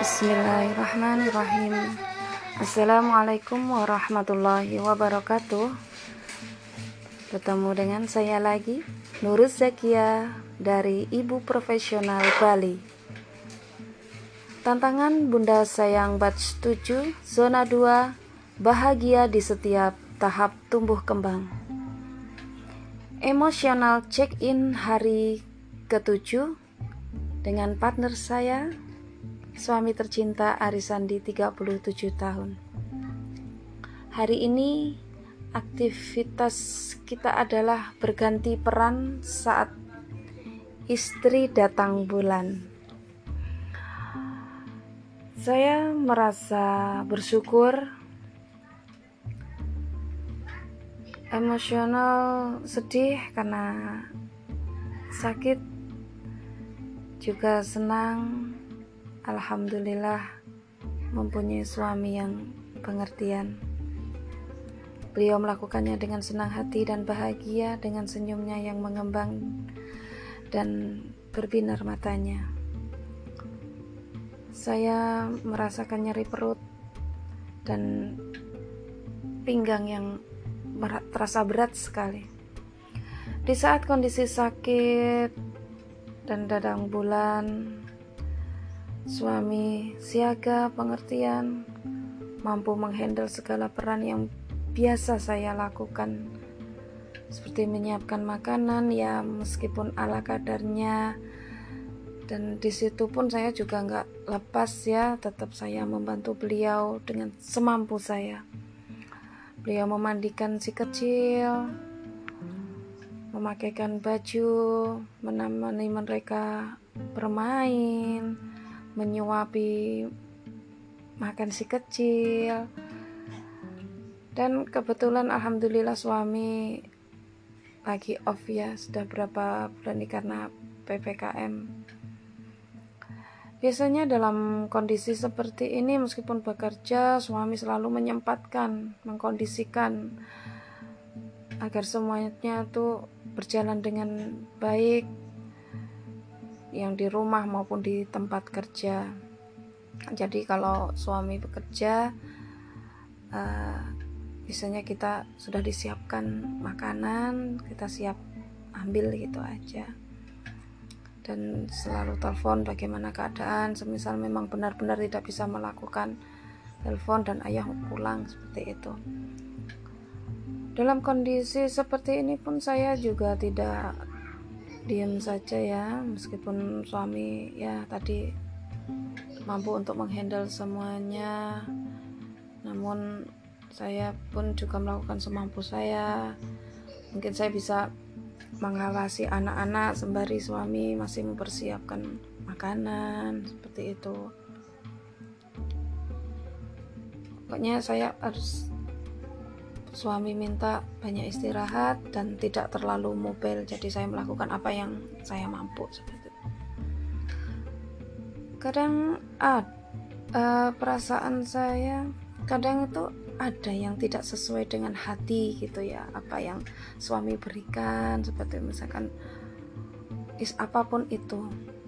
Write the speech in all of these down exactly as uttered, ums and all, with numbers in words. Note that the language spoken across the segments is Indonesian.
Bismillahirrahmanirrahim. Assalamualaikum warahmatullahi wabarakatuh. Bertemu dengan saya lagi, Nuruz Zakia dari Ibu Profesional Bali. Tantangan Bunda Sayang Batch tujuh, Zona dua, bahagia di setiap tahap tumbuh kembang. Emosional check-in hari ketujuh dengan partner saya, suami tercinta Arisandi, tiga puluh tujuh tahun. Hari ini aktivitas kita adalah berganti peran saat istri datang bulan. Saya merasa bersyukur, emosional, sedih karena sakit, juga senang. Alhamdulillah mempunyai suami yang pengertian. Beliau melakukannya dengan senang hati dan bahagia, dengan senyumnya yang mengembang dan berbinar matanya. Saya merasakan nyeri perut dan pinggang yang terasa berat sekali. Di saat kondisi sakit dan datang bulan, suami siaga, pengertian, mampu menghandle segala peran yang biasa saya lakukan, seperti menyiapkan makanan ya meskipun ala kadarnya, dan disitu pun saya juga nggak lepas ya, tetap saya membantu beliau dengan semampu saya. Beliau memandikan si kecil, memakaikan baju, menemani mereka bermain, menyuapi makan si kecil. Dan kebetulan alhamdulillah suami lagi off ya, sudah berapa bulan ini karena P P K M. Biasanya dalam kondisi seperti ini, meskipun bekerja, suami selalu menyempatkan, mengkondisikan agar semuanya tuh berjalan dengan baik, yang di rumah maupun di tempat kerja. Jadi kalau suami bekerja, uh, biasanya kita sudah disiapkan makanan, kita siap ambil gitu aja. Dan selalu telepon bagaimana keadaan, semisal memang benar-benar tidak bisa melakukan telepon dan ayah pulang, seperti itu. Dalam kondisi seperti ini pun saya juga tidak diam saja ya, meskipun suami ya tadi mampu untuk menghandle semuanya, namun saya pun juga melakukan semampu saya. Mungkin saya bisa mengawasi anak-anak sembari suami masih mempersiapkan makanan, seperti itu. Pokoknya saya harus, suami minta banyak istirahat dan tidak terlalu mobile, jadi saya melakukan apa yang saya mampu seperti itu. Kadang ada uh, perasaan saya, kadang itu ada yang tidak sesuai dengan hati gitu ya, apa yang suami berikan, seperti misalkan is apapun itu.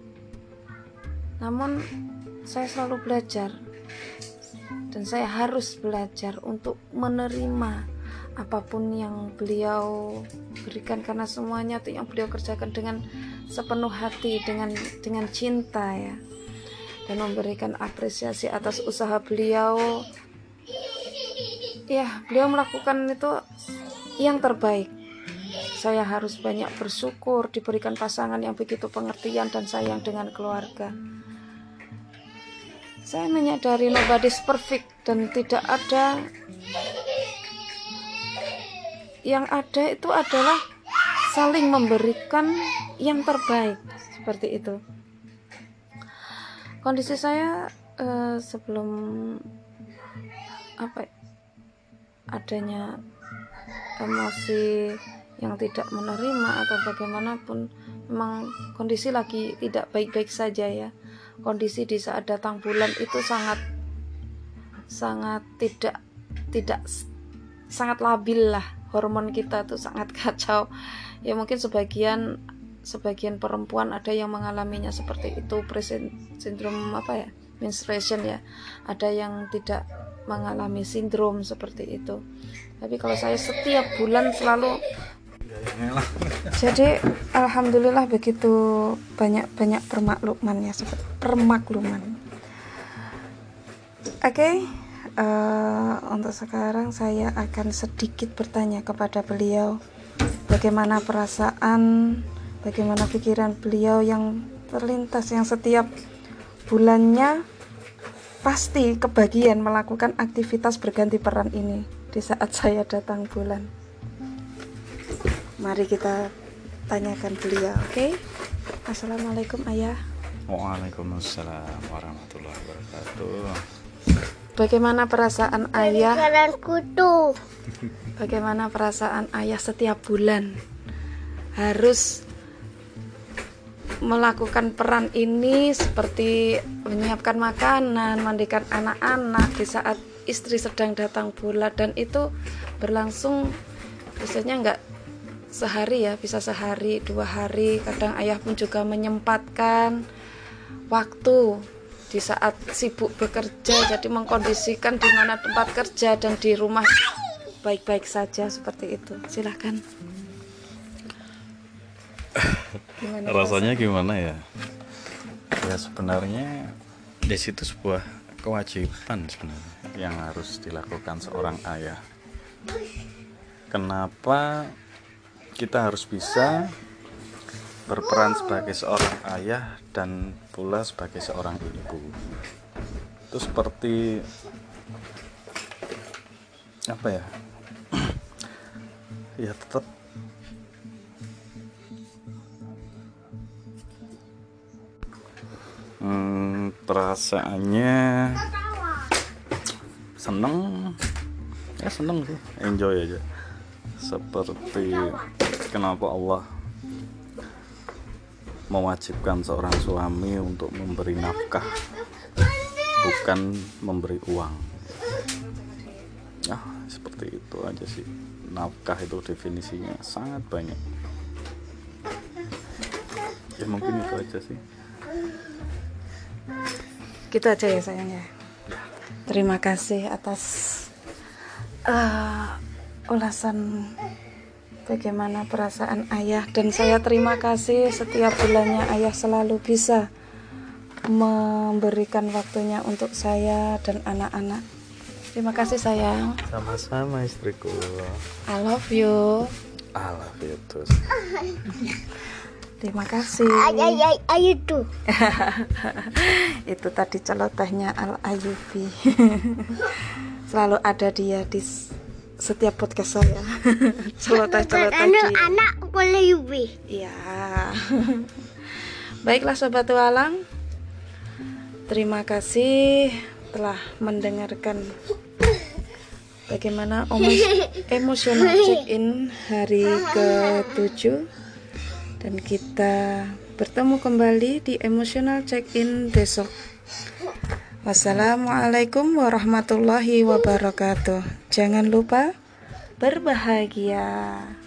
Namun saya selalu belajar, dan saya harus belajar untuk menerima apapun yang beliau berikan, karena semuanya itu yang beliau kerjakan dengan sepenuh hati, dengan dengan cinta ya, dan memberikan apresiasi atas usaha beliau. Ya, beliau melakukan itu yang terbaik. Saya harus banyak bersyukur diberikan pasangan yang begitu pengertian dan sayang dengan keluarga. Saya menyadari nobody's perfect, dan tidak ada, yang ada itu adalah saling memberikan yang terbaik, seperti itu. Kondisi saya eh, sebelum apa adanya emosi yang tidak menerima atau bagaimanapun, memang kondisi lagi tidak baik-baik saja ya. Kondisi di saat datang bulan itu sangat sangat tidak tidak sangat labil lah, hormon kita tuh sangat kacau ya. Mungkin sebagian sebagian perempuan ada yang mengalaminya seperti itu, present sindrom apa ya, menstruation ya. Ada yang tidak mengalami sindrom seperti itu. Tapi kalau saya setiap bulan selalu. Jadi alhamdulillah begitu banyak-banyak permakluman ya, permakluman. Oke, okay, uh, untuk sekarang saya akan sedikit bertanya kepada beliau bagaimana perasaan, bagaimana pikiran beliau yang terlintas, yang setiap bulannya pasti kebagian melakukan aktivitas berganti peran ini di saat saya datang bulan. Mari kita tanyakan beliau, oke? Okay? Assalamualaikum ayah. Waalaikumsalam warahmatullahi wabarakatuh. Bagaimana perasaan ayah? Bagaimana perasaan ayah setiap bulan harus melakukan peran ini seperti menyiapkan makanan, mandikan anak-anak di saat istri sedang datang bulan, dan itu berlangsung biasanya enggak sehari ya, bisa sehari, dua hari. Kadang ayah pun juga menyempatkan waktu di saat sibuk bekerja, jadi mengkondisikan di mana tempat kerja dan di rumah baik-baik saja seperti itu. Silahkan. Gimana rasanya rasanya gimana ya? Ya sebenarnya di situ sebuah kewajiban sebenarnya yang harus dilakukan seorang ayah. Kenapa kita harus bisa berperan sebagai seorang ayah dan pula sebagai seorang ibu? Itu seperti apa ya? Ya tetap Hmm, perasaannya seneng, ya seneng sih, enjoy aja. Seperti kenapa Allah mewajibkan seorang suami untuk memberi nafkah, bukan memberi uang. Ya, seperti itu aja sih. Nafkah itu definisinya sangat banyak. Ya mungkin itu aja sih. Gitu aja ya sayang ya. Terima kasih atas uh, ulasan bagaimana perasaan ayah, dan saya terima kasih setiap bulannya ayah selalu bisa memberikan waktunya untuk saya dan anak-anak. Terima kasih sayang. Sama-sama istriku. I love you. I love you too. Terima kasih. Ayo tuh. Itu tadi celotehnya Al Ayyubi. Selalu ada dia di setiap podcast saya. Celoteh-celoteh dia. Anak boleh Yubi. Iya. Baiklah sobat walang, terima kasih telah mendengarkan bagaimana emosional check-in hari ketujuh. Dan kita bertemu kembali di emotional check-in besok. Wassalamualaikum warahmatullahi wabarakatuh. Jangan lupa berbahagia.